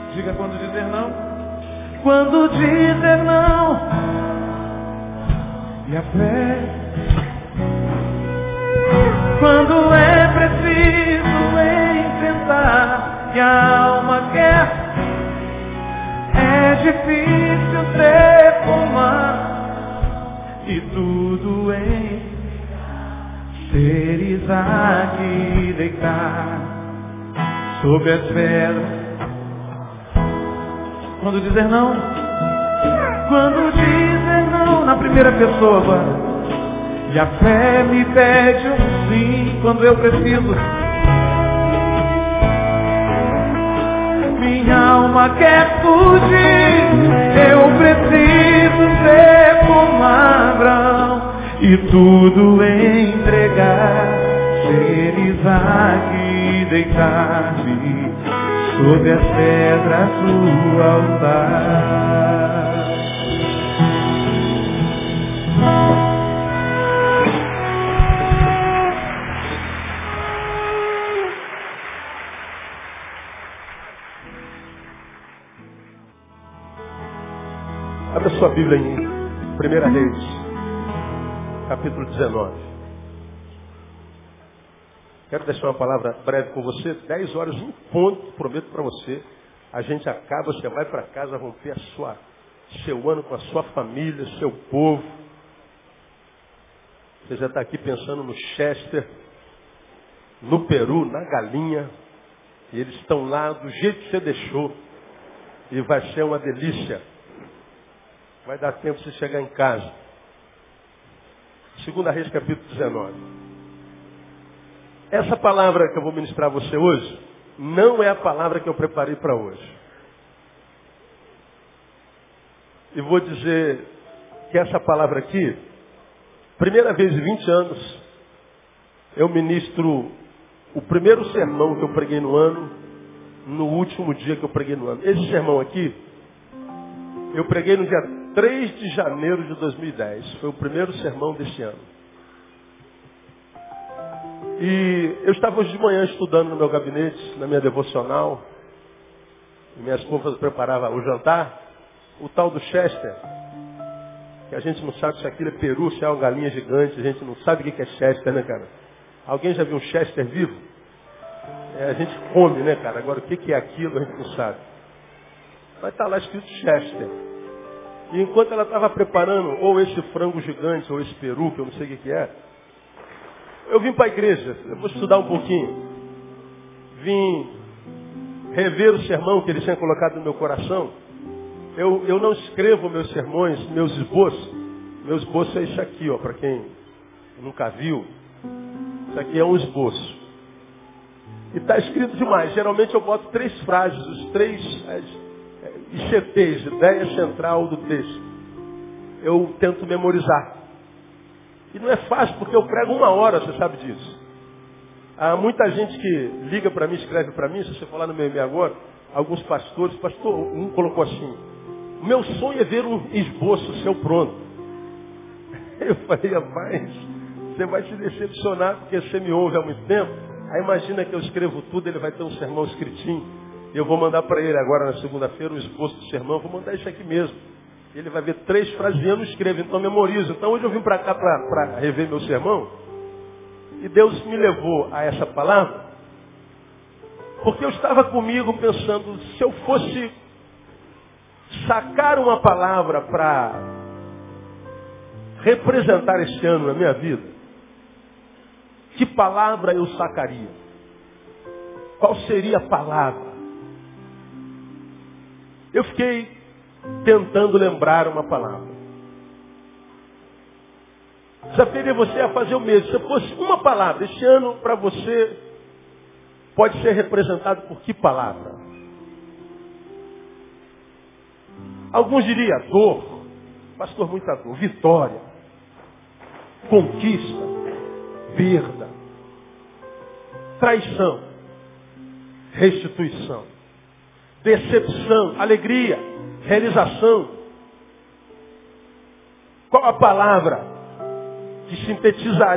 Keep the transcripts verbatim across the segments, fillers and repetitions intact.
Diga quando dizer não. Quando dizer não. E a fé. Quando é preciso enfrentar que a alma quer. É difícil ter comar. E tudo em seres aqui deitar sob as pedras. Quando dizer não, quando dizer não, na primeira pessoa agora. E a fé me pede um sim quando eu preciso. Minha alma quer fugir, eu preciso ser como Abraão e tudo entregar, seres aqui deitar-me sob as pedras do altar. Abra sua Bíblia em primeira Reis, capítulo dezenove. Quero deixar uma palavra breve com você. Dez horas, um ponto, prometo para você. A gente acaba, você vai para casa romper a sua, seu ano com a sua família, seu povo. Você já está aqui pensando no Chester, no Peru, na galinha. E eles estão lá do jeito que você deixou. E vai ser uma delícia. Vai dar tempo de você chegar em casa. Segunda Reis, capítulo dezenove. Essa palavra que eu vou ministrar a você hoje, não é a palavra que eu preparei para hoje. E vou dizer que essa palavra aqui, primeira vez em vinte anos, eu ministro o primeiro sermão que eu preguei no ano, no último dia que eu preguei no ano. Esse sermão aqui, eu preguei no dia três de janeiro de dois mil e dez. Foi o primeiro sermão desse ano. E eu estava hoje de manhã estudando no meu gabinete, na minha devocional. E minha esposa preparava o jantar. O tal do Chester, que a gente não sabe se aquilo é peru, se é uma galinha gigante. A gente não sabe o que é Chester, né, cara? Alguém já viu um Chester vivo? É, a gente come, né, cara? Agora, o que é aquilo, a gente não sabe. Mas está lá escrito Chester. E enquanto ela estava preparando ou esse frango gigante, ou esse peru, que eu não sei o que, que é, eu vim para a igreja. Eu vou estudar um pouquinho. Vim rever o sermão que ele tinha colocado no meu coração. Eu, eu não escrevo meus sermões, meus esboços. Meu esboço é isso aqui, ó, para quem nunca viu. Isso aqui é um esboço. E está escrito demais. Geralmente eu boto três frases, os três I C Ts, ideia central do texto. Eu tento memorizar. E não é fácil, porque eu prego uma hora, você sabe disso. Há muita gente que liga para mim, escreve para mim, se você falar no meu e-mail agora, alguns pastores, pastor, um colocou assim, o meu sonho é ver um esboço seu pronto. Eu falei, rapaz, você vai se decepcionar, porque você me ouve há muito tempo. Aí imagina que eu escrevo tudo, ele vai ter um sermão escritinho. Eu vou mandar para ele agora na segunda-feira um esboço do sermão. Vou mandar isso aqui mesmo. Ele vai ver três frases e eu não escrevo, então eu memorizo. Então hoje eu vim para cá para rever meu sermão. E Deus me levou a essa palavra. Porque eu estava comigo pensando, se eu fosse sacar uma palavra para representar este ano na minha vida, que palavra eu sacaria? Qual seria a palavra? Eu fiquei tentando lembrar uma palavra. Desafiaria você a fazer o mesmo. Se fosse uma palavra, esse ano para você pode ser representado por que palavra? Alguns diriam dor, pastor, muita dor, vitória, conquista, perda, traição, restituição, decepção, alegria, realização. Qual a palavra que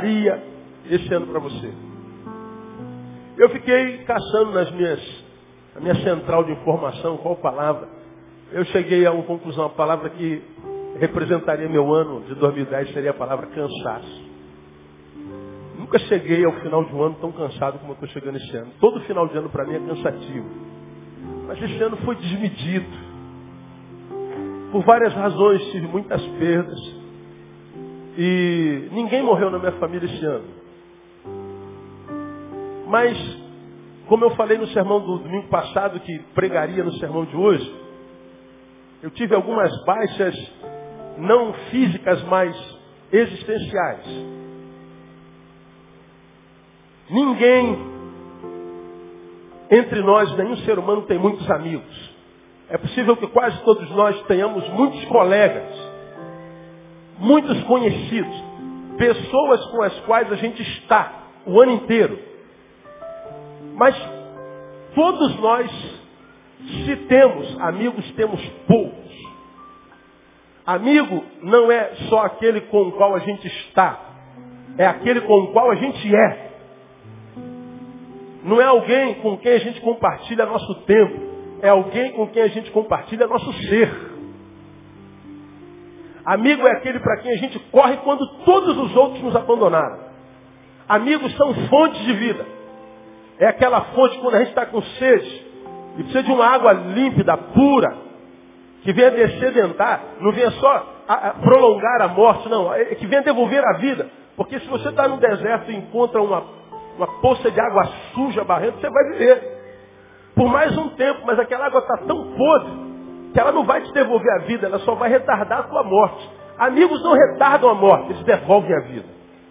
sintetizaria esse ano para você? Eu fiquei caçando nas minhas a minha central de informação, qual palavra? Eu cheguei a uma conclusão, a palavra que representaria meu ano de dois mil e dez seria a palavra cansaço. Nunca cheguei ao final de um ano tão cansado como eu estou chegando esse ano. Todo final de ano para mim é cansativo. Mas esse ano foi desmedido. Por várias razões, tive muitas perdas. E ninguém morreu na minha família esse ano. Mas, como eu falei no sermão do domingo passado, que pregaria no sermão de hoje, eu tive algumas baixas, não físicas, mas existenciais. Ninguém entre nós, nenhum ser humano tem muitos amigos. É possível que quase todos nós tenhamos muitos colegas, muitos conhecidos, pessoas com as quais a gente está o ano inteiro. Mas todos nós, se temos amigos, temos poucos. Amigo não é só aquele com o qual a gente está, é aquele com o qual a gente é. Não é alguém com quem a gente compartilha nosso tempo. É alguém com quem a gente compartilha nosso ser. Amigo é aquele para quem a gente corre quando todos os outros nos abandonaram. Amigos são fontes de vida. É aquela fonte quando a gente está com sede e precisa de uma água límpida, pura, que venha descedentar, não venha só a, a prolongar a morte, não, é que venha devolver a vida. Porque se você está no deserto e encontra uma uma poça de água suja, barrenta, você vai viver. Por mais um tempo, mas aquela água está tão podre que ela não vai te devolver a vida, ela só vai retardar a tua morte. Amigos não retardam a morte, eles devolvem a vida.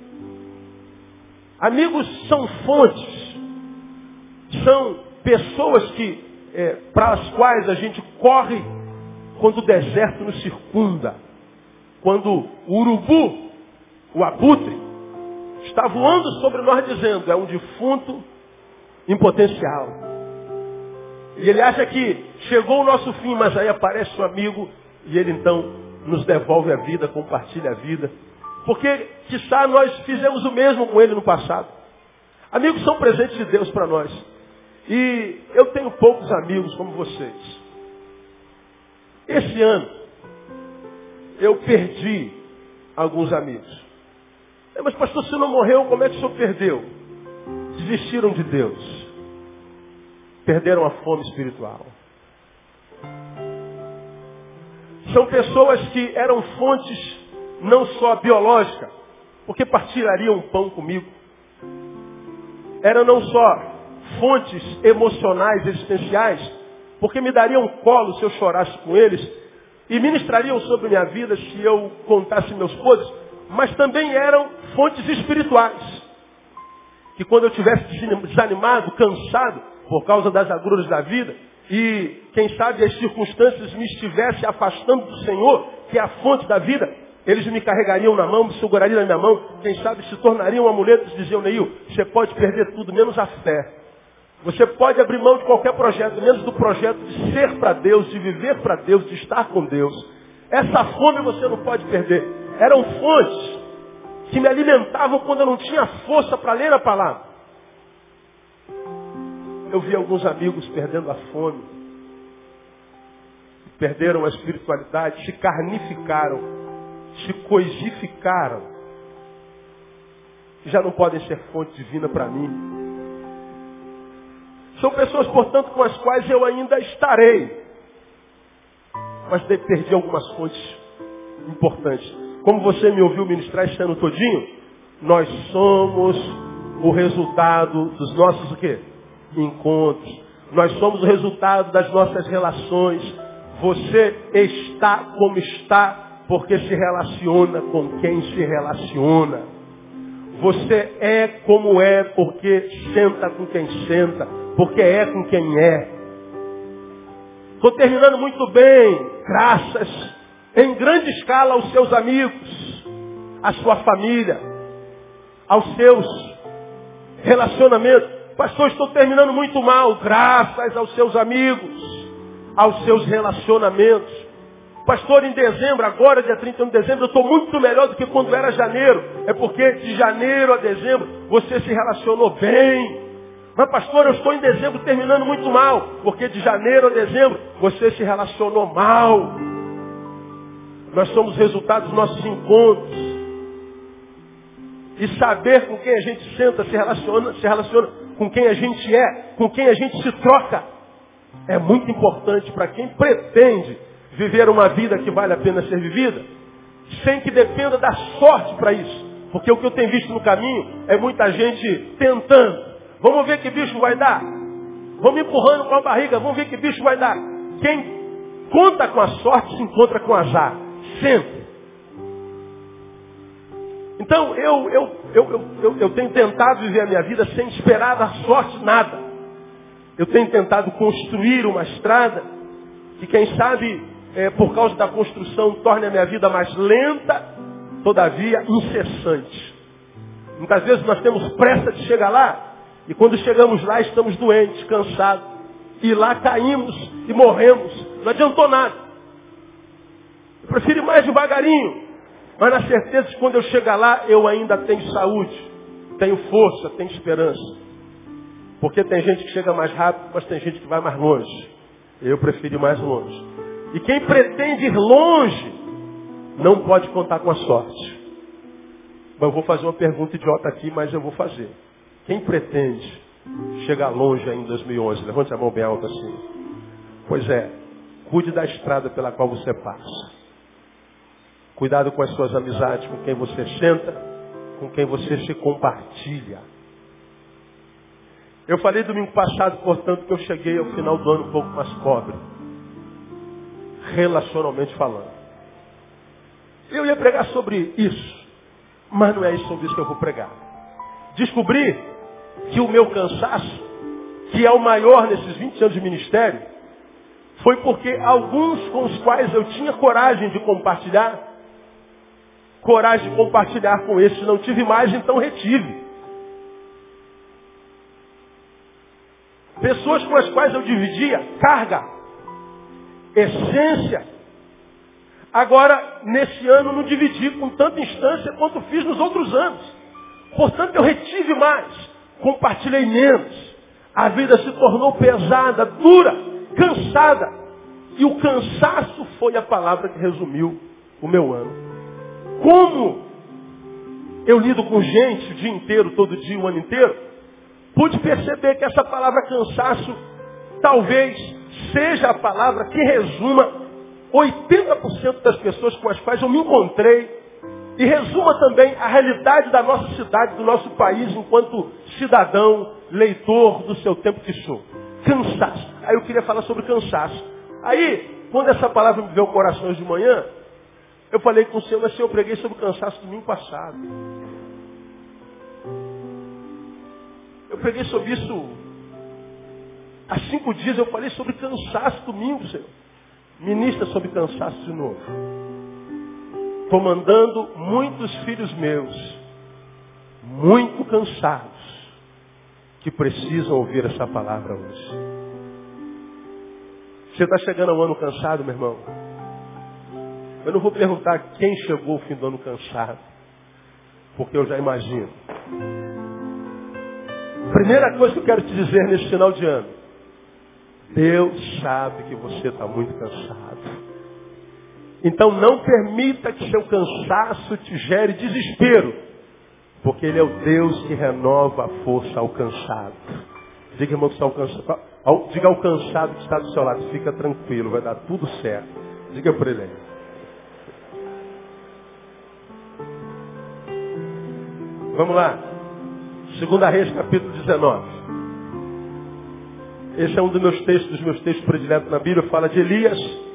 Amigos são fontes, são pessoas que, é, para as quais a gente corre quando o deserto nos circunda, quando o urubu, o abutre, está voando sobre nós dizendo, é um defunto em potencial. E ele acha que chegou o nosso fim, mas aí aparece um amigo e ele então nos devolve a vida, compartilha a vida. Porque, quiçá, nós fizemos o mesmo com ele no passado. Amigos são presentes de Deus para nós. E eu tenho poucos amigos como vocês. Esse ano, eu perdi alguns amigos. É, mas pastor, se não morreu, como é que o senhor perdeu? Desistiram de Deus. Perderam a fome espiritual. São pessoas que eram fontes não só biológicas, porque partilhariam pão comigo. Eram não só fontes emocionais, existenciais, porque me dariam colo se eu chorasse com eles, e ministrariam sobre minha vida se eu contasse meus podres, mas também eram fontes espirituais. Que quando eu estivesse desanimado, cansado, por causa das agruras da vida, e quem sabe as circunstâncias me estivessem afastando do Senhor, que é a fonte da vida, eles me carregariam na mão, me segurariam na minha mão, quem sabe se tornariam amuletos e diziam, Neil, você pode perder tudo, menos a fé. Você pode abrir mão de qualquer projeto, menos do projeto de ser para Deus, de viver para Deus, de estar com Deus. Essa fome você não pode perder. Eram fontes que me alimentavam quando eu não tinha força para ler a palavra. Eu vi alguns amigos perdendo a fome, perderam a espiritualidade, se carnificaram, se coisificaram. Já não podem ser fonte divina para mim. São pessoas, portanto, com as quais eu ainda estarei. Mas perdi algumas fontes importantes. Como você me ouviu ministrar esse ano todinho, nós somos o resultado dos nossos o quê? Encontros. Nós somos o resultado das nossas relações. Você está como está porque se relaciona com quem se relaciona. Você é como é porque senta com quem senta, porque é com quem é. Estou terminando muito bem, graças em grande escala aos seus amigos, à sua família, aos seus relacionamentos. Pastor, estou terminando muito mal, graças aos seus amigos, aos seus relacionamentos. Pastor, em dezembro, agora dia trinta e um de dezembro, eu estou muito melhor do que quando era janeiro. É porque de janeiro a dezembro você se relacionou bem. Mas pastor, eu estou em dezembro terminando muito mal, porque de janeiro a dezembro você se relacionou mal. Nós somos resultado dos nossos encontros. E saber com quem a gente senta, se relaciona, se relaciona com quem a gente é, com quem a gente se troca, é muito importante para quem pretende viver uma vida que vale a pena ser vivida, sem que dependa da sorte para isso. Porque o que eu tenho visto no caminho é muita gente tentando. Vamos ver que bicho vai dar. Vamos empurrando com a barriga, vamos ver que bicho vai dar. Quem conta com a sorte se encontra com azar. Sempre. Então eu, eu, eu, eu, eu, eu tenho tentado viver a minha vida sem esperar da sorte nada. Eu tenho tentado construir uma estrada que, quem sabe, é, por causa da construção, torne a minha vida mais lenta, todavia incessante. Muitas vezes nós temos pressa de chegar lá, e quando chegamos lá estamos doentes, cansados. E lá caímos e morremos. Não adiantou nada. Eu prefiro ir mais devagarinho, mas na certeza de que quando eu chegar lá, eu ainda tenho saúde, tenho força, tenho esperança. Porque tem gente que chega mais rápido, mas tem gente que vai mais longe. Eu prefiro ir mais longe. E quem pretende ir longe, não pode contar com a sorte. Mas eu vou fazer uma pergunta idiota aqui, mas eu vou fazer. Quem pretende chegar longe ainda em dois mil e onze? Levante a mão bem alta assim. Pois é, cuide da estrada pela qual você passa. Cuidado com as suas amizades, com quem você senta, com quem você se compartilha. Eu falei domingo passado, portanto, que eu cheguei ao final do ano um pouco mais pobre. Relacionalmente falando. Eu ia pregar sobre isso, mas não é sobre isso que eu vou pregar. Descobri que o meu cansaço, que é o maior nesses vinte anos de ministério, foi porque alguns com os quais eu tinha coragem de compartilhar, coragem de compartilhar com esses não tive mais, então retive. Pessoas com as quais eu dividia carga, essência. Agora, nesse ano, não dividi com tanta instância quanto fiz nos outros anos. Portanto, eu retive mais, compartilhei menos. A vida se tornou pesada, dura, cansada. E o cansaço foi a palavra que resumiu o meu ano. Como eu lido com gente o dia inteiro, todo dia, o ano inteiro, pude perceber que essa palavra cansaço talvez seja a palavra que resuma oitenta por cento das pessoas com as quais eu me encontrei e resuma também a realidade da nossa cidade, do nosso país, enquanto cidadão, leitor do seu tempo que sou. Cansaço. Aí eu queria falar sobre cansaço. Aí, quando essa palavra me veio ao coração hoje de manhã, eu falei com o Senhor, mas Senhor, eu preguei sobre cansaço domingo passado. Eu preguei sobre isso há cinco dias, eu falei sobre cansaço domingo, Senhor. Ministra sobre cansaço de novo. Estou mandando muitos filhos meus, muito cansados, que precisam ouvir essa palavra hoje. Você está chegando ao ano cansado, meu irmão? Eu não vou perguntar quem chegou ao fim do ano cansado, porque eu já imagino. Primeira coisa que eu quero te dizer nesse final de ano. Deus sabe que você está muito cansado. Então não permita que seu cansaço te gere desespero. Porque Ele é o Deus que renova a força ao cansado. Diga, irmão, que está cansado. Diga ao cansado que está do seu lado. Fica tranquilo, vai dar tudo certo. Diga para ele. Vamos lá. Segunda Reis, capítulo dezenove. Esse é um dos meus textos, dos meus textos prediletos na Bíblia. Fala de Elias,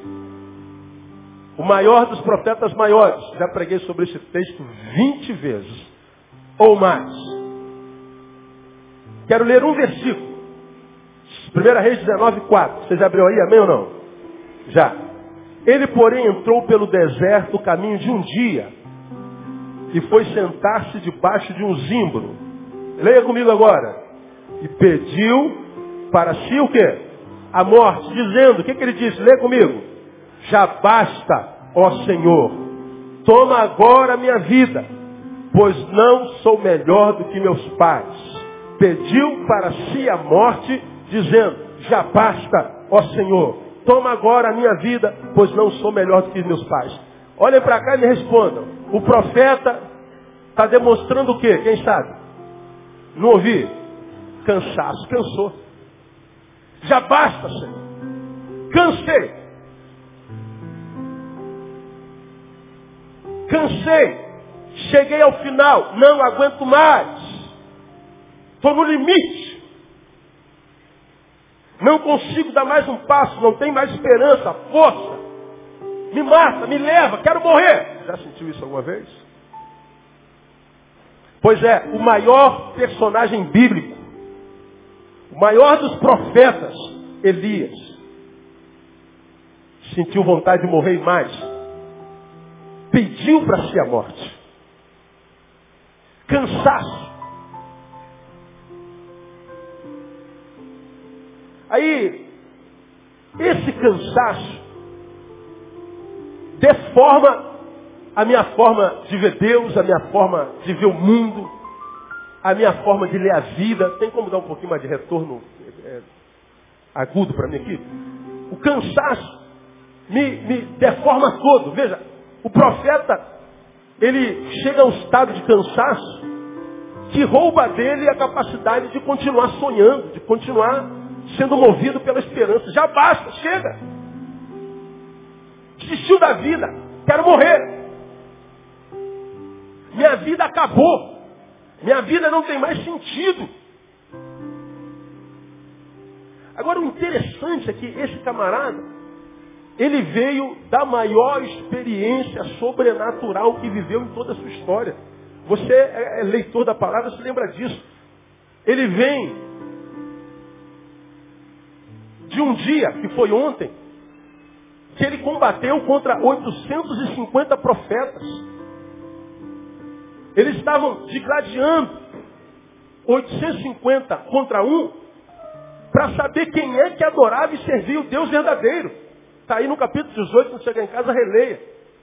o maior dos profetas maiores. Já preguei sobre esse texto vinte vezes, ou mais. Quero ler um versículo. Primeira Reis dezenove, quatro. Você já abriu aí, amém ou não? Já. Ele, porém, entrou pelo deserto o caminho de um dia e foi sentar-se debaixo de um zimbro. Leia comigo agora. E pediu para si o quê? A morte, dizendo, o que, que ele disse? Leia comigo. Já basta, ó Senhor, toma agora a minha vida, pois não sou melhor do que meus pais. pediu para si a morte, dizendo, já basta, ó Senhor, toma agora a minha vida, pois não sou melhor do que meus pais. Olhem para cá e me respondam. O profeta está demonstrando o quê? Quem sabe? Não ouvi? Cansaço. Cansou. Já basta, Senhor. Cansei. Cansei. Cheguei ao final. Não aguento mais. Estou no limite. Não consigo dar mais um passo. Não tem mais esperança, força. Me mata, me leva, quero morrer. Já sentiu isso alguma vez? Pois é, o maior personagem bíblico, o maior dos profetas, Elias, sentiu vontade de morrer mais. Pediu para si a morte. Cansaço. Aí, esse cansaço deforma a minha forma de ver Deus, a minha forma de ver o mundo, a minha forma de ler a vida. Tem como dar um pouquinho mais de retorno é, agudo para mim aqui? O cansaço me, me deforma todo. Veja, o profeta, ele chega a um estado de cansaço que rouba dele a capacidade de continuar sonhando, de continuar sendo movido pela esperança. Já basta, chega. Desistiu da vida, quero morrer. Minha vida acabou. Minha vida não tem mais sentido. Agora o interessante é que esse camarada, ele veio da maior experiência sobrenatural que viveu em toda a sua história. Você é leitor da palavra, se lembra disso. Ele vem de um dia, que foi ontem, que ele combateu contra oitocentos e cinquenta profetas. Eles estavam digladiando oitocentos e cinquenta contra um para saber quem é que adorava e servia o Deus verdadeiro. Está aí no capítulo dezoito, quando chegar em casa, releia.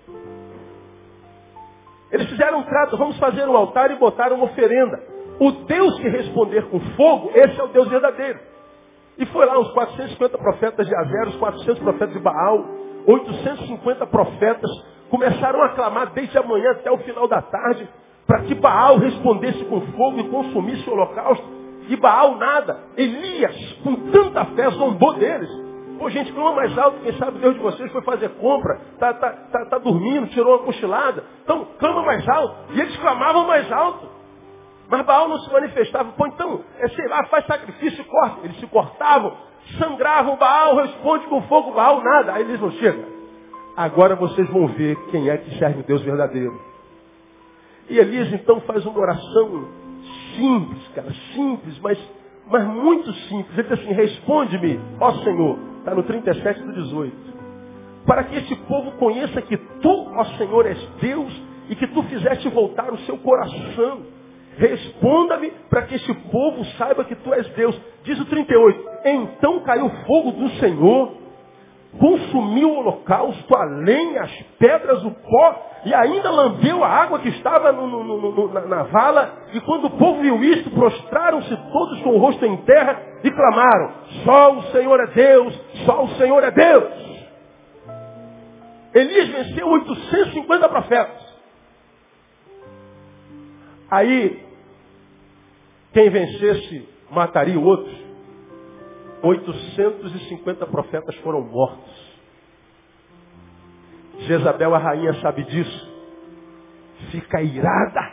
Eles fizeram um trato, vamos fazer um altar e botar uma oferenda. O Deus que responder com fogo, esse é o Deus verdadeiro. E foi lá os quatrocentos e cinquenta profetas de Azera, os quatrocentos profetas de Baal, oitocentos e cinquenta profetas começaram a clamar desde a manhã até o final da tarde para que Baal respondesse com fogo e consumisse o holocausto. E Baal nada. Elias, com tanta fé, zombou deles. Pô, gente, clama mais alto, quem sabe Deus de vocês foi fazer compra, tá, tá, tá, tá dormindo, tirou uma cochilada. Então, clama mais alto. E eles clamavam mais alto. Mas Baal não se manifestava. Pô, então, é, sei lá, faz sacrifício e corta. Eles se cortavam, sangravam. Baal responde com fogo, Baal nada. Aí eles não chegam. Agora vocês vão ver quem é que serve o Deus verdadeiro. E Elias então faz uma oração simples, cara, simples, mas, mas muito simples. Ele diz assim, responde-me, ó Senhor, está no trinta e sete do dezoito, para que este povo conheça que tu, ó Senhor, és Deus e que tu fizeste voltar o seu coração. Responda-me para que este povo saiba que tu és Deus. Diz o trinta e oito, então caiu o fogo do Senhor, consumiu o holocausto, a lenha, as pedras, o pó, e ainda lambeu a água que estava no, no, no, no, na, na vala. E quando o povo viu isto, prostraram-se todos com o rosto em terra e clamaram, só o Senhor é Deus, só o Senhor é Deus. Elias venceu oitocentos e cinquenta profetas. Aí, quem vencesse mataria o outro. oitocentos e cinquenta profetas foram mortos. Jezabel, a rainha, sabe disso. Fica irada.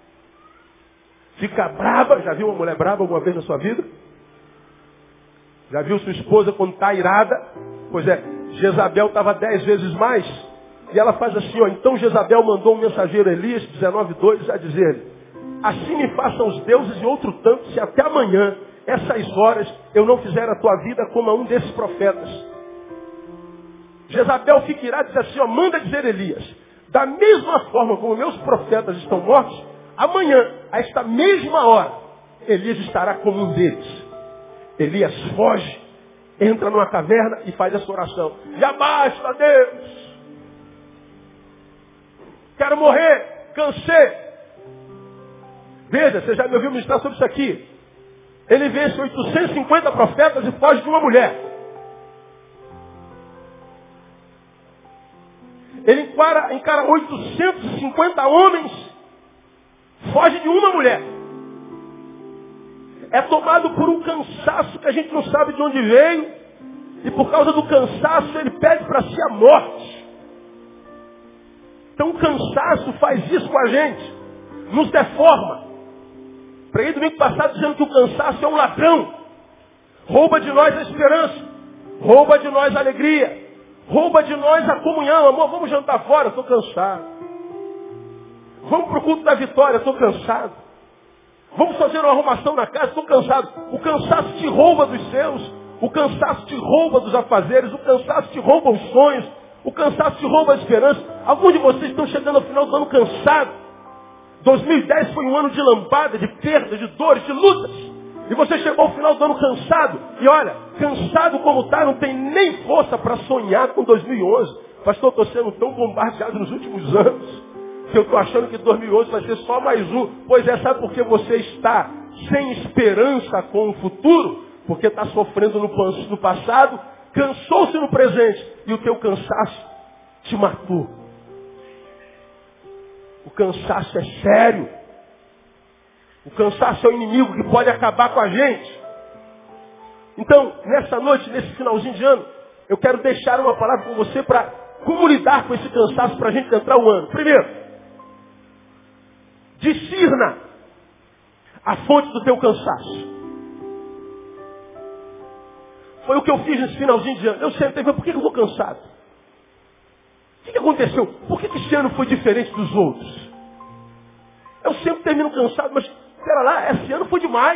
Fica brava. Já viu uma mulher brava alguma vez na sua vida? Já viu sua esposa quando está irada? Pois é, Jezabel estava dez vezes mais. E ela faz assim, ó. Então Jezabel mandou um mensageiro Elias, dezenove, dois, a dizer-lhe, assim me façam os deuses e outro tanto, se até amanhã, essas horas, eu não fizer a tua vida como a um desses profetas. Jezabel fica irada e diz assim, ó, manda dizer Elias, da mesma forma como meus profetas estão mortos, amanhã, a esta mesma hora, Elias estará como um deles. Elias foge, entra numa caverna e faz essa oração. Já basta, Deus! Quero morrer, cansei. Veja, você já me ouviu ministrar sobre isso aqui. Ele vence oitocentos e cinquenta profetas e foge de uma mulher. Ele encara, encara oitocentos e cinquenta homens, foge de uma mulher. É tomado por um cansaço que a gente não sabe de onde veio, e por causa do cansaço ele pede para si a morte. Então o cansaço faz isso com a gente, nos deforma. Preguei domingo passado dizendo que o cansaço é um ladrão, rouba de nós a esperança, rouba de nós a alegria, rouba de nós a comunhão. Amor, vamos jantar fora, estou cansado. Vamos para o culto da vitória, estou cansado. Vamos fazer uma arrumação na casa, estou cansado. O cansaço te rouba dos seus, o cansaço te rouba dos afazeres, o cansaço te rouba os sonhos, o cansaço te rouba a esperança. Alguns de vocês estão chegando ao final do ano cansados. dois mil e dez foi um ano de lambada, de perda, de dores, de lutas. E você chegou ao final do ano cansado. E olha, cansado como está, não tem nem força para sonhar com dois mil e onze. Pastor, estou sendo tão bombardeado nos últimos anos, que eu estou achando que dois mil e onze vai ser só mais um. Pois é, sabe por que você está sem esperança com o futuro? Porque está sofrendo no, no passado, cansou-se no presente, e o teu cansaço te matou. O cansaço é sério. O cansaço é o inimigo que pode acabar com a gente. Então, nessa noite, nesse finalzinho de ano, eu quero deixar uma palavra com você para como lidar com esse cansaço para a gente entrar o ano. Primeiro, discirna a fonte do teu cansaço. Foi o que eu fiz nesse finalzinho de ano. Eu sentei e falei, por que eu estou cansado? O que, que aconteceu? Por que, que esse ano foi diferente dos outros? Eu sempre termino cansado, mas, espera lá, esse ano foi demais.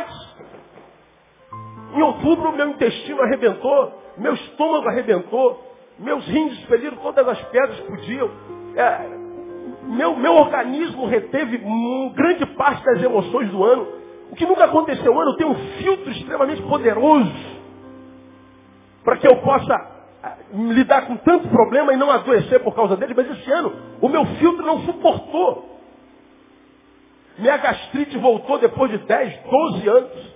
Em outubro, meu intestino arrebentou, meu estômago arrebentou, meus rins expeliram todas as pedras que podiam. É, meu, meu organismo reteve um, grande parte das emoções do ano. O que nunca aconteceu no ano, eu tenho um filtro extremamente poderoso para que eu possa lidar com tanto problema e não adoecer por causa dele. Mas esse ano, o meu filtro não suportou. Minha gastrite voltou depois de dez, doze anos.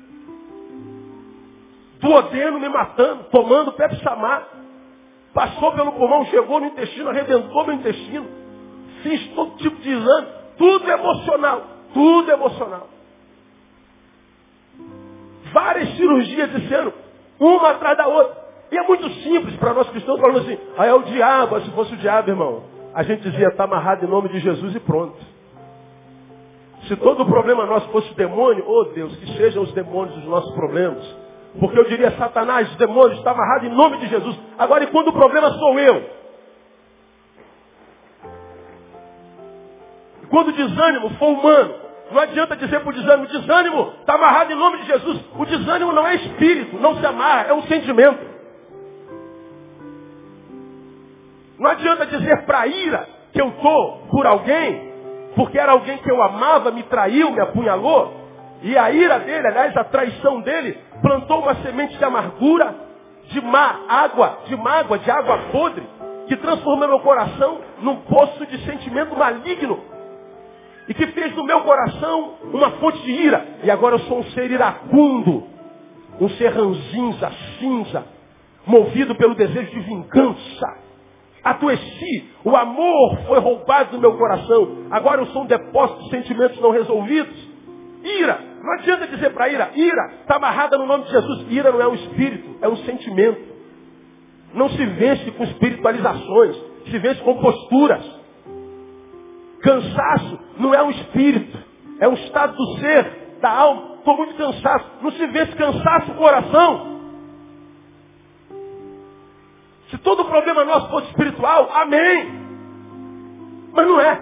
Duodeno me matando, tomando Pepsamar. Passou pelo pulmão, chegou no intestino, arrebentou meu intestino. Fiz todo tipo de exame. Tudo emocional. Tudo emocional. Várias cirurgias esse ano, uma atrás da outra. E é muito simples para nós cristãos, falando assim, ah, é o diabo. Se fosse o diabo, irmão, a gente dizia, está amarrado em nome de Jesus e pronto. Se todo o problema nosso fosse demônio, oh Deus, que sejam os demônios os nossos problemas. Porque eu diria, Satanás, os demônios, está amarrado em nome de Jesus. Agora, e quando o problema sou eu? E quando o desânimo for humano, não adianta dizer para o desânimo, o desânimo está amarrado em nome de Jesus. O desânimo não é espírito, não se amarra, é um sentimento. Não adianta dizer para a ira que eu estou por alguém, porque era alguém que eu amava, me traiu, me apunhalou. E a ira dele, aliás, a traição dele, plantou uma semente de amargura, de má água, de mágoa, de água podre, que transformou meu coração num poço de sentimento maligno. E que fez do meu coração uma fonte de ira. E agora eu sou um ser iracundo, um ser ranzinza, cinza, movido pelo desejo de vingança. Adoeci, o amor foi roubado do meu coração. Agora eu sou um depósito de sentimentos não resolvidos. Ira, não adianta dizer para ira, ira está amarrada no nome de Jesus. Ira não é um espírito, é um sentimento. Não se vence com espiritualizações, se vence com posturas. Cansaço não é um espírito, é um estado do ser, da alma. Estou muito cansado, não se vence cansaço no coração. Se todo problema nosso fosse espiritual, amém. Mas não é.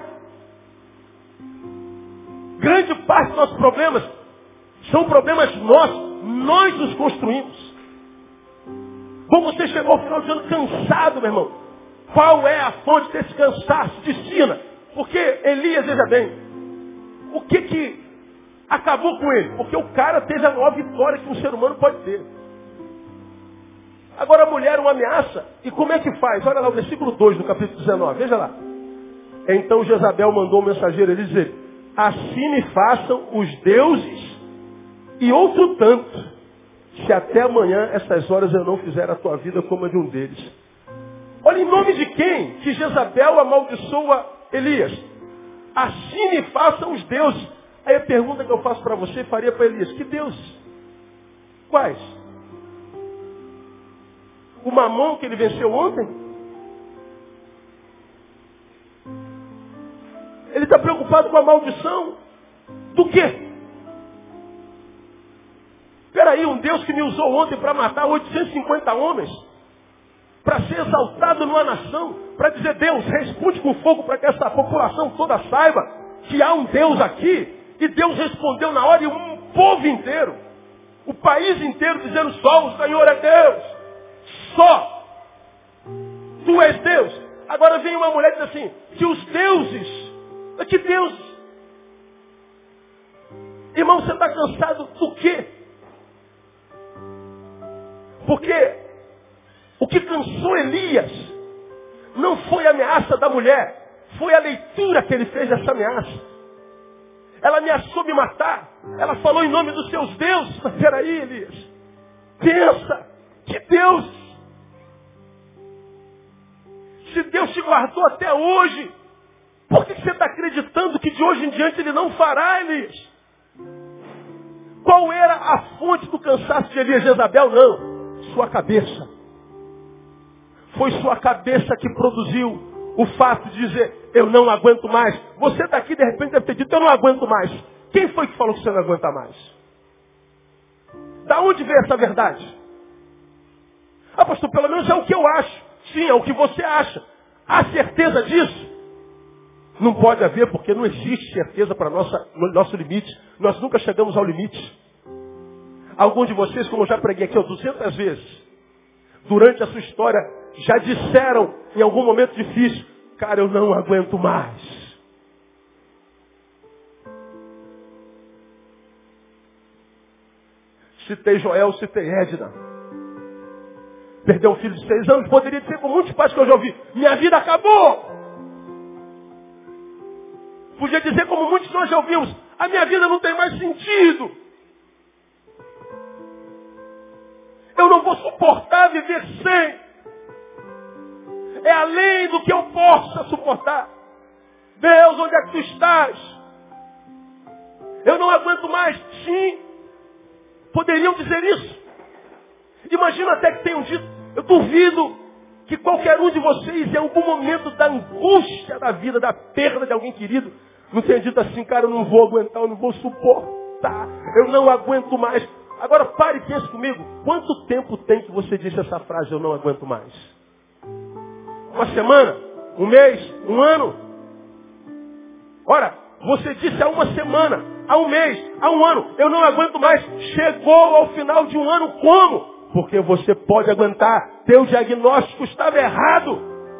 Grande parte dos nossos problemas são problemas nossos. Nós os construímos. Como você chegou ao final de ano cansado, meu irmão. Qual é a fonte desse cansaço? Discina. Porque Elias, veja bem, o que que acabou com ele? Porque o cara teve a maior vitória que um ser humano pode ter. Agora a mulher uma ameaça. E como é que faz? Olha lá o versículo dois do capítulo dezenove. Veja lá. Então Jezabel mandou o mensageiro ele dizer, assim me façam os deuses E outro tanto, se até amanhã, essas horas, eu não fizer a tua vida como a de um deles. Olha, em nome de quem que Jezabel amaldiçoa Elias? Assim me façam os deuses. Aí a pergunta que eu faço para você, faria para Elias: que Deus? Quais? O Mamon que ele venceu ontem? Ele está preocupado com a maldição do quê? Peraí, um Deus que me usou ontem para matar oitocentos e cinquenta homens, para ser exaltado numa nação, para dizer: Deus, responde com fogo para que essa população toda saiba que há um Deus aqui. E Deus respondeu na hora, e um povo inteiro, o país inteiro dizendo: só o Senhor é Deus. Só. Tu és Deus. Agora vem uma mulher e diz assim: que os deuses, que Deus? Irmão, você está cansado do quê? Porque o que cansou Elias não foi a ameaça da mulher, foi a leitura que ele fez dessa ameaça. Ela ameaçou me matar. Ela falou em nome dos seus deuses. Mas peraí, Elias. Pensa. Que Deus? Se Deus te guardou até hoje, por que você está acreditando que de hoje em diante Ele não fará, Elias? Qual era a fonte do cansaço de Elias? Jezabel? Não. Sua cabeça. Foi sua cabeça que produziu o fato de dizer: eu não aguento mais. Você está aqui, de repente, deve ter dito: eu não aguento mais. Quem foi que falou que você não aguenta mais? Da onde veio essa verdade? Ah, pastor, pelo menos é o que eu acho. Sim, é o que você acha. Há certeza disso? Não pode haver, porque não existe certeza para nossa, no nosso limite. Nós nunca chegamos ao limite. Alguns de vocês, como eu já preguei aqui ó, duzentas vezes, durante a sua história, já disseram em algum momento difícil: cara, eu não aguento mais. Citei Joel, citei Edna. Perdeu um filho de seis anos, poderia dizer com muitos pais que eu já ouvi: minha vida acabou. Podia dizer como muitos nós já ouvimos: a minha vida não tem mais sentido. Eu não vou suportar viver sem. É além do que eu possa suportar. Deus, onde é que tu estás? Eu não aguento mais. Sim, poderiam dizer isso. Imagina até que tenham dito. Eu duvido que qualquer um de vocês, em algum momento da angústia da vida, da perda de alguém querido, não tenha dito assim: cara, eu não vou aguentar, eu não vou suportar, eu não aguento mais. Agora pare e pense comigo: quanto tempo tem que você disse essa frase: eu não aguento mais? Uma semana? Um mês? Um ano? Ora, você disse há uma semana, há um mês, há um ano: eu não aguento mais. Chegou ao final de um ano como? Porque você pode aguentar. Teu diagnóstico estava errado.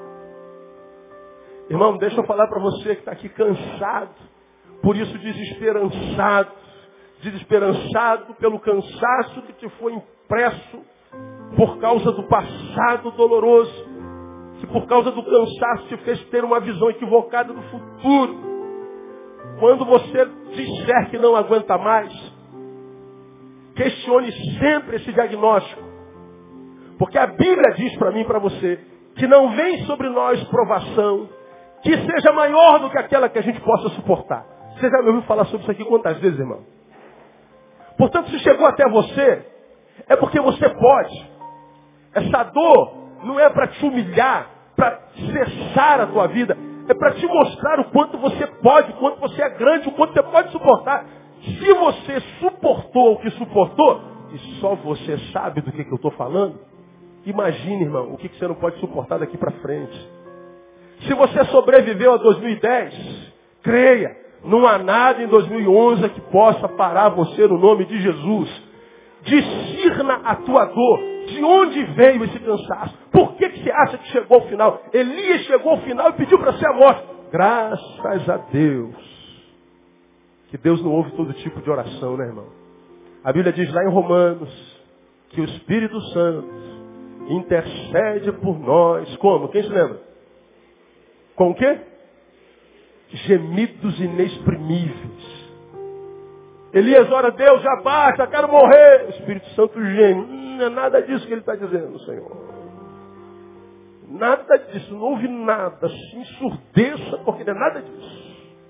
Irmão, deixa eu falar para você que está aqui cansado, por isso desesperançado, desesperançado pelo cansaço que te foi impresso por causa do passado doloroso, que por causa do cansaço te fez ter uma visão equivocada do futuro. Quando você disser que não aguenta mais, questione sempre esse diagnóstico. Porque a Bíblia diz para mim e para você que não vem sobre nós provação que seja maior do que aquela que a gente possa suportar. Você já me ouviu falar sobre isso aqui quantas vezes, irmão? Portanto, se chegou até você, é porque você pode. Essa dor não é para te humilhar, para cessar a tua vida. É para te mostrar o quanto você pode, o quanto você é grande, o quanto você pode suportar. Se você suportou o que suportou, e só você sabe do que, que eu estou falando, imagine, irmão, o que, que você não pode suportar daqui para frente. Se você sobreviveu a dois mil e dez, creia, não há nada em dois mil e onze que possa parar você no nome de Jesus. Discirna a tua dor. De onde veio esse cansaço? Por que, que você acha que chegou ao final? Elias chegou ao final e pediu para ser a morte. Graças a Deus. Que Deus não ouve todo tipo de oração, né, irmão? A Bíblia diz lá em Romanos que o Espírito Santo intercede por nós. Como? Quem se lembra? Com o quê? Gemidos inexprimíveis. Elias ora a Deus, já basta, quero morrer. O Espírito Santo geme. Hum, não é nada disso que ele está dizendo, Senhor. Nada disso, não ouve nada. Se ensurdeça, porque não é nada disso.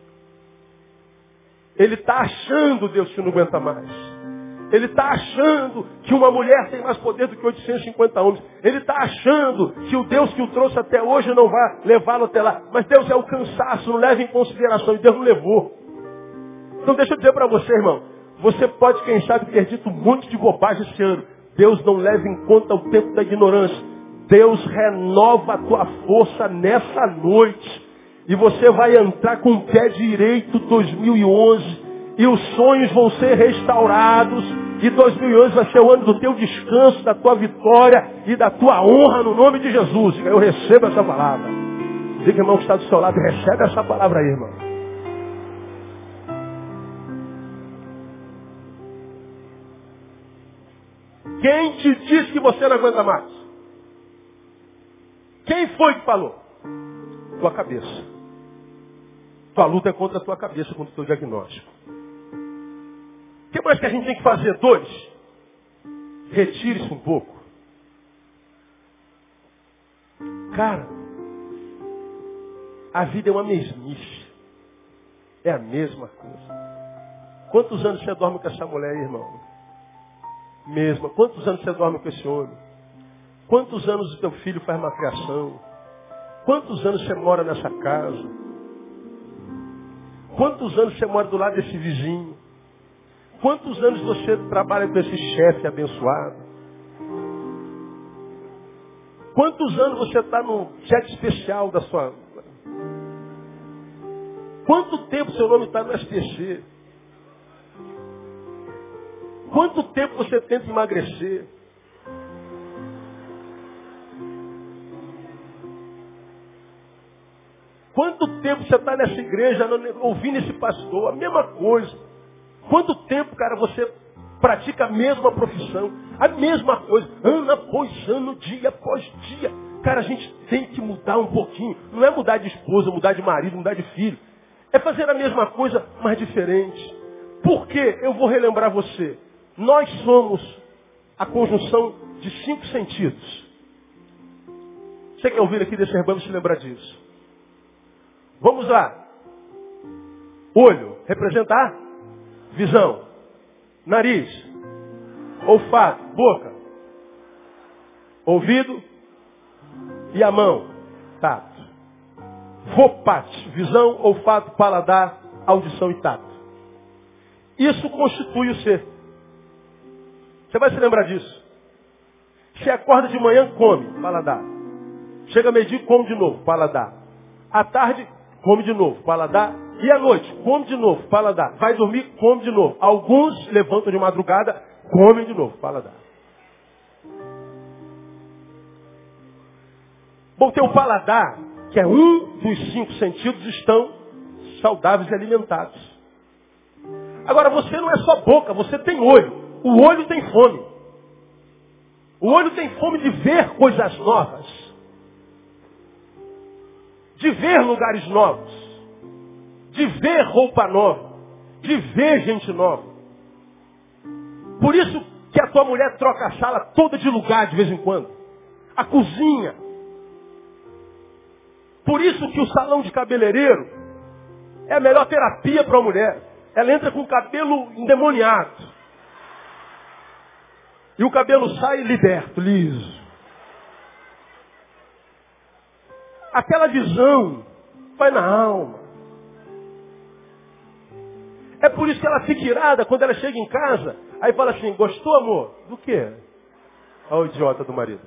Ele está achando, Deus, que não aguenta mais. Ele está achando que uma mulher tem mais poder do que oitocentos e cinquenta homens. Ele está achando que o Deus que o trouxe até hoje não vai levá-lo até lá. Mas Deus é o cansaço, não leva em consideração. E Deus não levou. Então deixa eu dizer para você, irmão. Você pode, quem sabe, ter dito um monte de bobagem esse ano. Deus não leva em conta o tempo da ignorância. Deus renova a tua força nessa noite. E você vai entrar com o pé direito dois mil e onze. E os sonhos vão ser restaurados. E dois mil e onze vai ser o ano do teu descanso, da tua vitória e da tua honra no nome de Jesus. Eu recebo essa palavra. Diga, irmão, que está do seu lado, recebe essa palavra aí, irmão. Quem te disse que você não aguenta mais? Quem foi que falou? Tua cabeça. Tua luta é contra a tua cabeça, contra o teu diagnóstico. O que mais que a gente tem que fazer? Dois. Retire-se um pouco. Cara, a vida é uma mesmice. É a mesma coisa. Quantos anos você dorme com essa mulher aí, irmão? Mesma. Quantos anos você dorme com esse homem? Quantos anos o teu filho faz uma criação? Quantos anos você mora nessa casa? Quantos anos você mora do lado desse vizinho? Quantos anos você trabalha com esse chefe abençoado? Quantos anos você está no jet especial da sua... Quanto tempo seu nome está no S T C? Quanto tempo você tenta emagrecer? Quanto tempo você está nessa igreja ouvindo esse pastor? A mesma coisa. Quanto tempo, cara, você pratica a mesma profissão? A mesma coisa. Ano após ano, dia após dia. Cara, a gente tem que mudar um pouquinho. Não é mudar de esposa, mudar de marido, mudar de filho. É fazer a mesma coisa, mas diferente. Por quê? Eu vou relembrar você. Nós somos a conjunção de cinco sentidos. Você quer ouvir aqui desse rebanho se lembrar disso? Vamos lá. Olho, representar visão. Nariz, olfato, boca, ouvido e a mão, tato. Vopate, visão, olfato, paladar, audição e tato. Isso constitui o ser. Você vai se lembrar disso. Você acorda de manhã, come, paladar. Chega meio-dia, come de novo, paladar. À tarde, come de novo, paladar. E à noite, come de novo, paladar. Vai dormir, come de novo. Alguns levantam de madrugada, comem de novo, paladar. Bom, teu paladar, que é um dos cinco sentidos, estão saudáveis e alimentados. Agora, você não é só boca, você tem olho. O olho tem fome. O olho tem fome de ver coisas novas. De ver lugares novos. De ver roupa nova. De ver gente nova. Por isso que a tua mulher troca a sala toda de lugar de vez em quando. A cozinha. Por isso que o salão de cabeleireiro é a melhor terapia para a mulher. Ela entra com o cabelo endemoniado. E o cabelo sai liberto, liso. Aquela visão vai na alma. É por isso que ela fica irada quando ela chega em casa. Aí fala assim, gostou, amor? Do quê? Olha o idiota do marido.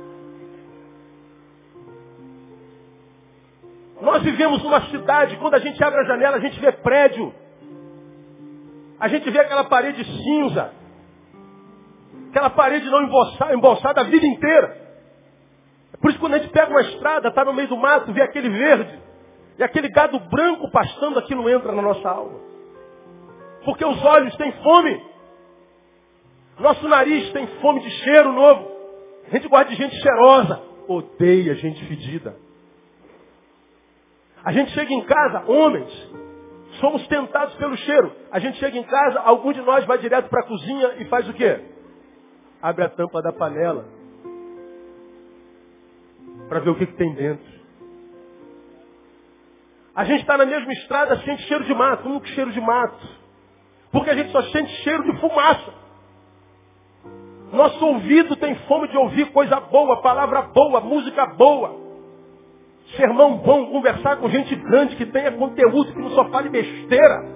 Nós vivemos numa cidade, quando a gente abre a janela, a gente vê prédio. A gente vê aquela parede cinza. Aquela parede não embolsada, embolsada a vida inteira. Por isso quando a gente pega uma estrada, está no meio do mato, vê aquele verde. E aquele gado branco pastando, aquilo entra na nossa alma. Porque os olhos têm fome. Nosso nariz tem fome de cheiro novo. A gente gosta de gente cheirosa. Odeia gente fedida. A gente chega em casa, homens, Somos tentados pelo cheiro. A gente chega em casa, algum de nós vai direto para a cozinha e faz o quê? Abre a tampa da panela para ver o que, que tem dentro. A gente está na mesma estrada, sente cheiro de mato. Como que cheiro de mato? Porque a gente só sente cheiro de fumaça. Nosso ouvido tem fome de ouvir coisa boa, palavra boa, música boa. Sermão bom, conversar com gente grande que tenha conteúdo, que não só fale besteira.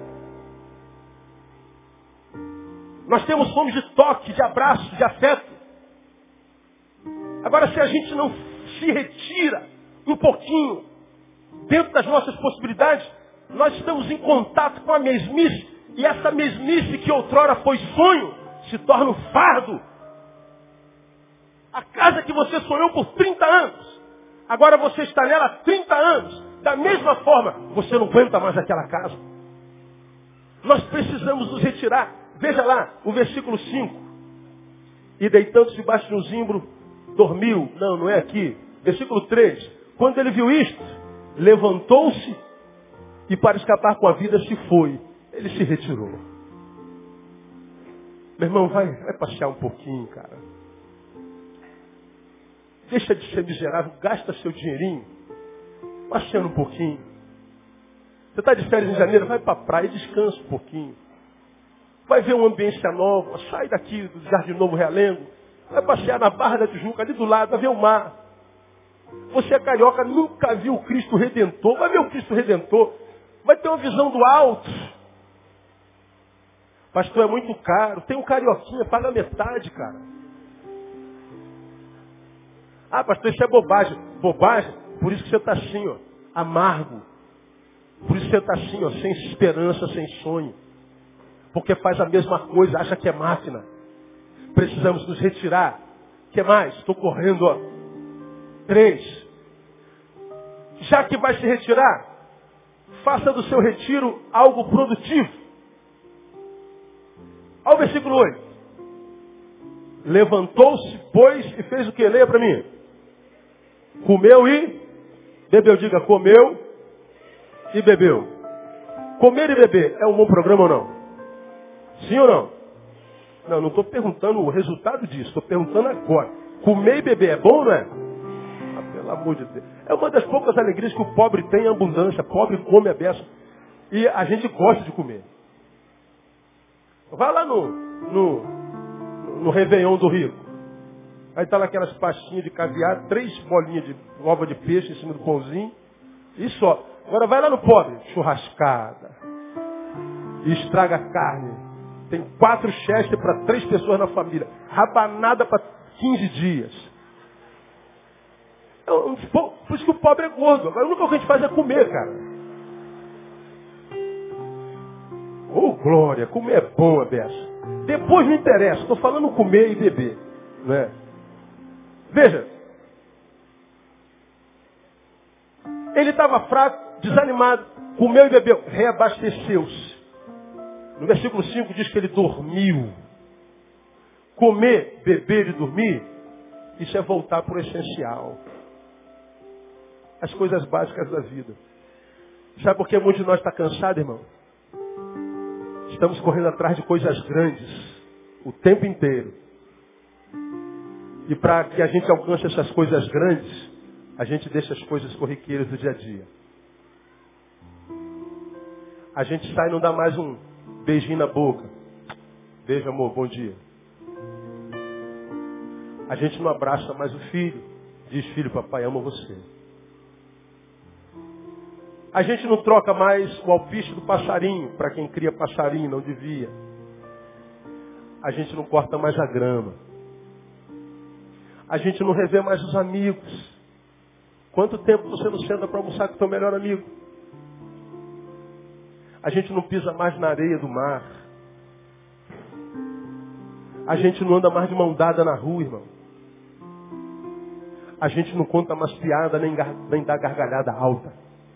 Nós temos fome de toque, de abraço, de afeto. Agora, se a gente não se retira um pouquinho dentro das nossas possibilidades, nós estamos em contato com a mesmice. E essa mesmice que outrora foi sonho, se torna um fardo. A casa que você sonhou por trinta anos, agora você está nela há trinta anos. Da mesma forma, você não aguenta mais aquela casa. Nós precisamos nos retirar. Veja lá, o versículo cinco. E deitando-se debaixo de um zimbro, dormiu. Não, não é aqui. Versículo três. Quando ele viu isto, levantou-se e para escapar com a vida se foi. Ele se retirou. Meu irmão, vai, vai passear um pouquinho, cara. Deixa de ser miserável, gasta seu dinheirinho, passeando um pouquinho. Você está de férias em janeiro, vai para a praia e descansa um pouquinho. Vai ver uma ambiência nova, sai daqui do Jardim Novo Realengo, vai passear na Barra da Tijuca, ali do lado, vai ver o mar. Você é carioca, nunca viu o Cristo Redentor, vai ver o Cristo Redentor, vai ter uma visão do alto. Pastor, é muito caro, tem um carioquinha, paga metade, cara. Ah, pastor, isso é bobagem. Bobagem? Por isso que você está assim, ó, amargo. Por isso que você está assim, ó, sem esperança, sem sonho. Porque faz a mesma coisa, acha que é máquina. Precisamos nos retirar. O que mais? Estou correndo, ó. Três. Já que vai se retirar, faça do seu retiro algo produtivo. Olha o versículo oito. Levantou-se, pois, e fez o que? Leia para mim. Comeu e bebeu. Diga, comeu e bebeu. Comer e beber é um bom programa ou não? Sim ou não? Não, não estou perguntando o resultado disso. Estou perguntando agora. Comer e beber é bom ou não é? Ah, pelo amor de Deus. É uma das poucas alegrias que o pobre tem em abundância. Pobre come a beça. E a gente gosta de comer. Vai lá no, no, no Réveillon do Rico. Aí está lá aquelas pastinhas de caviar, três bolinhas de ova de peixe em cima do pãozinho. E só. Agora vai lá no pobre. Churrascada. E estraga a carne. Tem quatro chester para três pessoas na família. Rabanada para quinze dias. É um, por isso que o pobre é gordo. Agora a única coisa que a gente faz é comer, cara. Oh, glória, comer é bom, a beça. Depois não interessa, estou falando comer e beber. Né? Veja. Ele estava fraco, desanimado, comeu e bebeu, reabasteceu-se. No versículo cinco diz que ele dormiu. Comer, beber e dormir, isso é voltar para o essencial. As coisas básicas da vida. Sabe por que muitos de nós está cansado, irmão? Estamos correndo atrás de coisas grandes o tempo inteiro. E para que a gente alcance essas coisas grandes, a gente deixa as coisas corriqueiras do dia a dia. A gente sai e não dá mais um beijinho na boca. Beijo, amor, bom dia. A gente não abraça mais o filho. Diz, filho, papai ama você. A gente não troca mais o alpiste do passarinho, para quem cria passarinho, não devia. A gente não corta mais a grama. A gente não revê mais os amigos. Quanto tempo você não senta para almoçar com o teu melhor amigo? A gente não pisa mais na areia do mar. A gente não anda mais de mão dada na rua, irmão. A gente não conta mais piada, nem, nem dá gargalhada alta.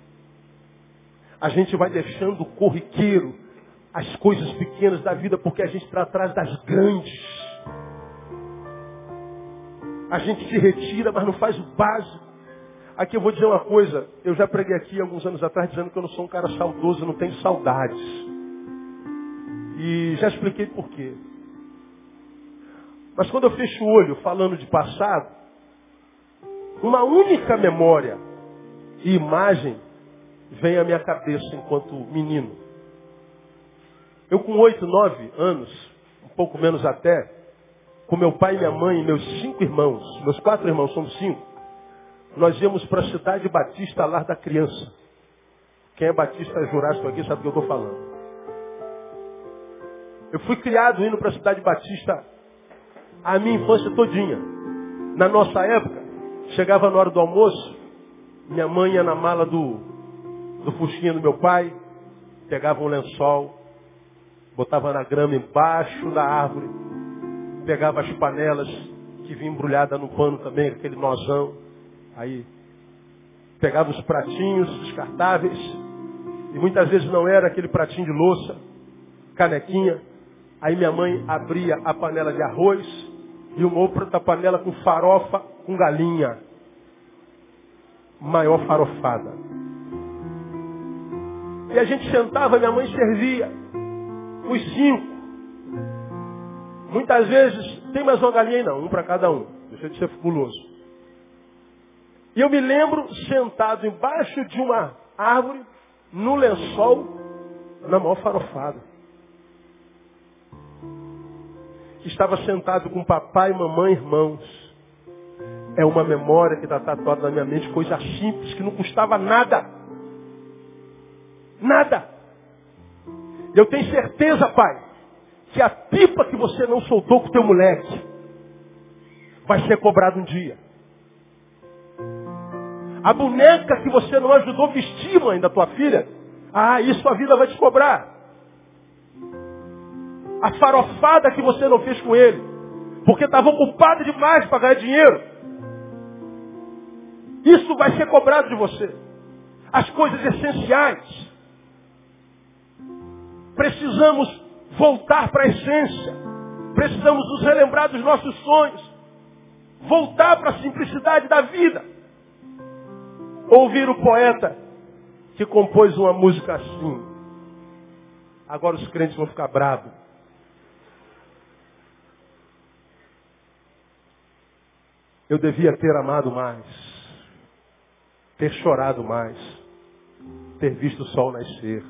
A gente vai deixando corriqueiro as coisas pequenas da vida, porque a gente está atrás das grandes. A gente se retira, mas não faz o básico. Aqui eu vou dizer uma coisa, eu já preguei aqui alguns anos atrás dizendo que eu não sou um cara saudoso, não tenho saudades. E já expliquei por quê. Mas quando eu fecho o olho falando de passado, uma única memória e imagem vem à minha cabeça enquanto menino. Eu com oito, nove anos, um pouco menos até, com meu pai, minha mãe e meus cinco irmãos, meus quatro irmãos, somos cinco, nós íamos para a cidade Batista, Lar da Criança. Quem é Batista Jurássico aqui sabe o que eu estou falando. Eu fui criado indo para a cidade Batista a minha infância todinha. Na nossa época, chegava na hora do almoço, minha mãe ia na mala do, do fusquinha do meu pai, pegava um lençol, botava na grama embaixo da árvore, pegava as panelas que vinham embrulhadas no pano também, aquele nozão, aí pegava os pratinhos descartáveis, e muitas vezes não era aquele pratinho de louça, canequinha, aí minha mãe abria a panela de arroz, e uma outra panela com farofa com galinha. Maior farofada. E a gente sentava, minha mãe servia. Os cinco. Muitas vezes, tem mais uma galinha aí não, um para cada um. Deixa de ser fabuloso. E eu me lembro sentado embaixo de uma árvore, no lençol, na maior farofada. Estava sentado com papai, mamãe, irmãos. É uma memória que está tatuada na minha mente, coisa simples, que não custava nada. Nada. Eu tenho certeza, pai, que a pipa que você não soltou com o teu moleque vai ser cobrada um dia. A boneca que você não ajudou a vestir, mãe, da tua filha, ah, isso a vida vai te cobrar. A farofada que você não fez com ele, porque estava ocupado demais para ganhar dinheiro. Isso vai ser cobrado de você. As coisas essenciais. Precisamos voltar para a essência. Precisamos nos relembrar dos nossos sonhos. Voltar para a simplicidade da vida. Ouvir o poeta que compôs uma música assim. Agora os crentes vão ficar bravos. Eu devia ter amado mais, ter chorado mais, ter visto o sol nascer.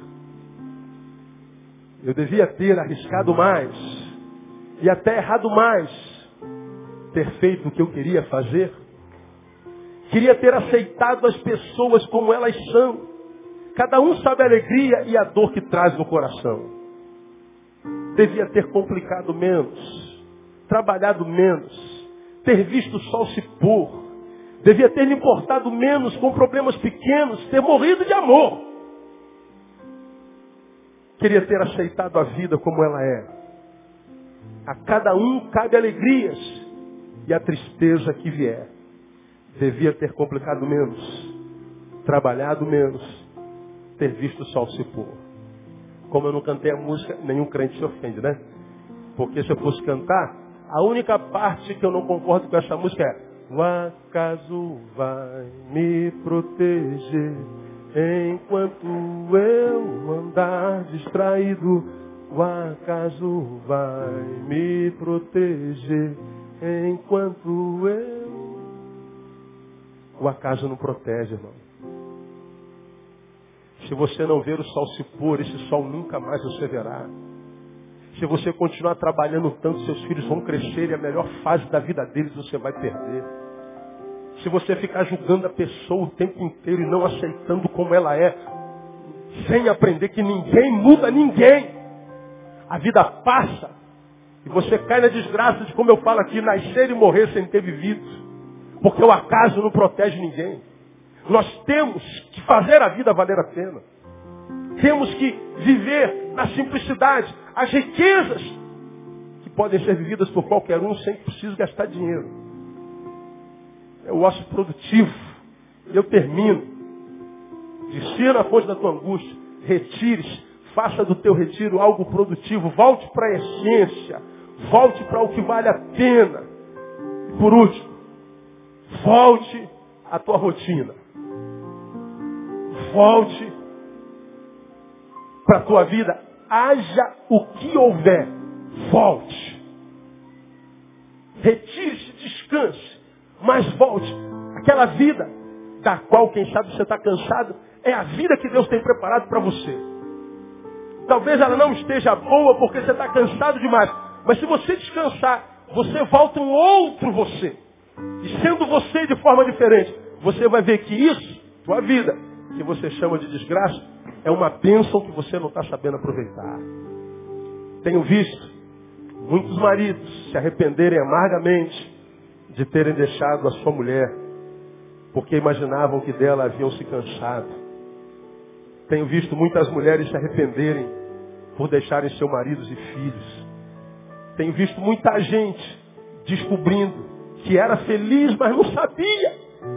Eu devia ter arriscado mais e até errado mais, ter feito o que eu queria fazer. Queria ter aceitado as pessoas como elas são. Cada um sabe a alegria e a dor que traz no coração. Devia ter complicado menos, trabalhado menos, ter visto o sol se pôr. Devia ter me importado menos com problemas pequenos, ter morrido de amor. Queria ter aceitado a vida como ela é. A cada um cabe alegrias e a tristeza que vier. Devia ter complicado menos, trabalhado menos, ter visto o sol se pôr. Como eu não cantei a música, nenhum crente se ofende, né? Porque se eu fosse cantar, a única parte que eu não concordo com essa música é: o acaso vai me proteger enquanto eu andar distraído. O acaso vai me proteger enquanto eu... O acaso não protege, irmão. Se você não ver o sol se pôr, esse sol nunca mais você verá. Se você continuar trabalhando tanto, seus filhos vão crescer e a melhor fase da vida deles você vai perder. Se você ficar julgando a pessoa o tempo inteiro e não aceitando como ela é, sem aprender que ninguém muda ninguém, a vida passa e você cai na desgraça de, como eu falo aqui, nascer e morrer sem ter vivido. Porque o acaso não protege ninguém. Nós temos que fazer a vida valer a pena. Temos que viver na simplicidade. As riquezas que podem ser vividas por qualquer um sem que precise gastar dinheiro. É o osso produtivo. E eu termino. Descia na fonte da tua angústia. Retire-se. Faça do teu retiro algo produtivo. Volte para a essência. Volte para o que vale a pena. E por último, volte à tua rotina. Volte para a tua vida. Haja o que houver. Volte. Retire-se, descanse. Mas volte. Aquela vida da qual, quem sabe, você está cansado, é a vida que Deus tem preparado para você. Talvez ela não esteja boa porque você está cansado demais. Mas se você descansar, você volta um outro você. E sendo você de forma diferente, você vai ver que isso, tua vida, que você chama de desgraça, é uma bênção que você não está sabendo aproveitar. Tenho visto muitos maridos se arrependerem amargamente de terem deixado a sua mulher, porque imaginavam que dela haviam se cansado. Tenho visto muitas mulheres se arrependerem por deixarem seus maridos e filhos. Tenho visto muita gente descobrindo que era feliz, mas não sabia.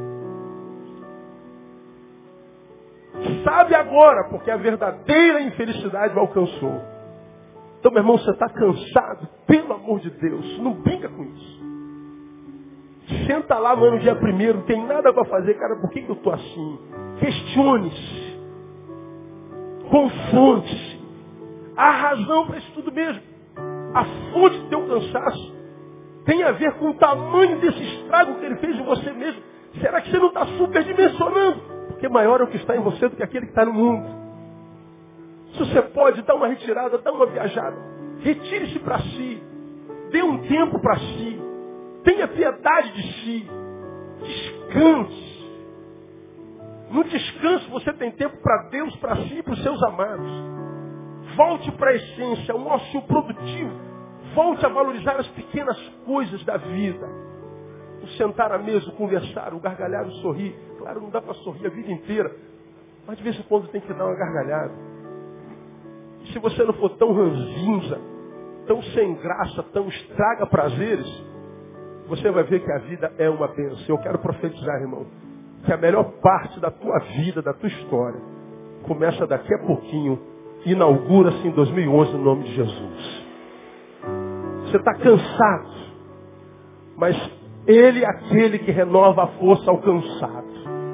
Sabe agora, porque a verdadeira infelicidade o alcançou. Então, meu irmão, você está cansado? Pelo amor de Deus, não brinca com isso. Senta lá, mano, no dia primeiro, não tem nada para fazer, cara, por que, que eu estou assim? Questione-se. Confronte-se. Há razão para isso tudo mesmo. A fonte do teu cansaço tem a ver com o tamanho desse estrago que ele fez em você mesmo. Será que você não está superdimensionando? Porque maior é o que está em você do que aquele que está no mundo. Se você pode, dá uma retirada, dá uma viajada. Retire-se para si. Dê um tempo para si. Tenha piedade de si. Descanse. No descanso você tem tempo para Deus, para si e para os seus amados. Volte para a essência, um ócio produtivo. Volte a valorizar as pequenas coisas da vida. O sentar à mesa, o conversar, o gargalhar, o sorrir. Claro, não dá para sorrir a vida inteira. Mas de vez em quando tem que dar uma gargalhada. E se você não for tão ranzinza, tão sem graça, tão estraga prazeres, você vai ver que a vida é uma bênção. Eu quero profetizar, irmão, que a melhor parte da tua vida, da tua história, começa daqui a pouquinho, inaugura-se em dois mil e onze no nome de Jesus. Você está cansado, mas Ele é aquele que renova a força ao cansado.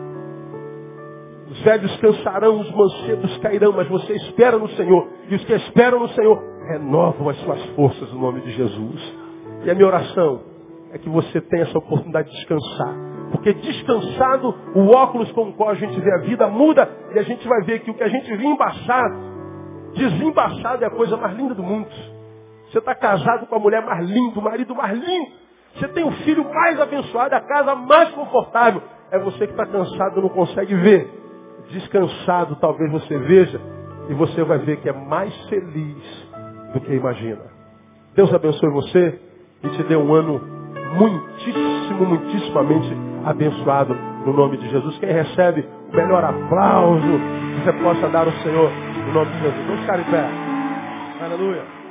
Os velhos cansarão, os mancebos cairão, mas você espera no Senhor. E os que esperam no Senhor renovam as suas forças no nome de Jesus. E a minha oração é que você tenha essa oportunidade de descansar. Porque descansado, o óculos com o qual a gente vê a vida muda e a gente vai ver que o que a gente vê embaçado, desembaçado é a coisa mais linda do mundo. Você está casado com a mulher mais linda, o marido mais lindo. Você tem o filho mais abençoado, a casa mais confortável. É você que está cansado e não consegue ver. Descansado, talvez você veja e você vai ver que é mais feliz do que imagina. Deus abençoe você e te dê um ano muitíssimo, muitíssimamente abençoado no nome de Jesus. Quem recebe o melhor aplauso que você possa dar ao Senhor no nome de Jesus. Vamos ficar em pé. Aleluia.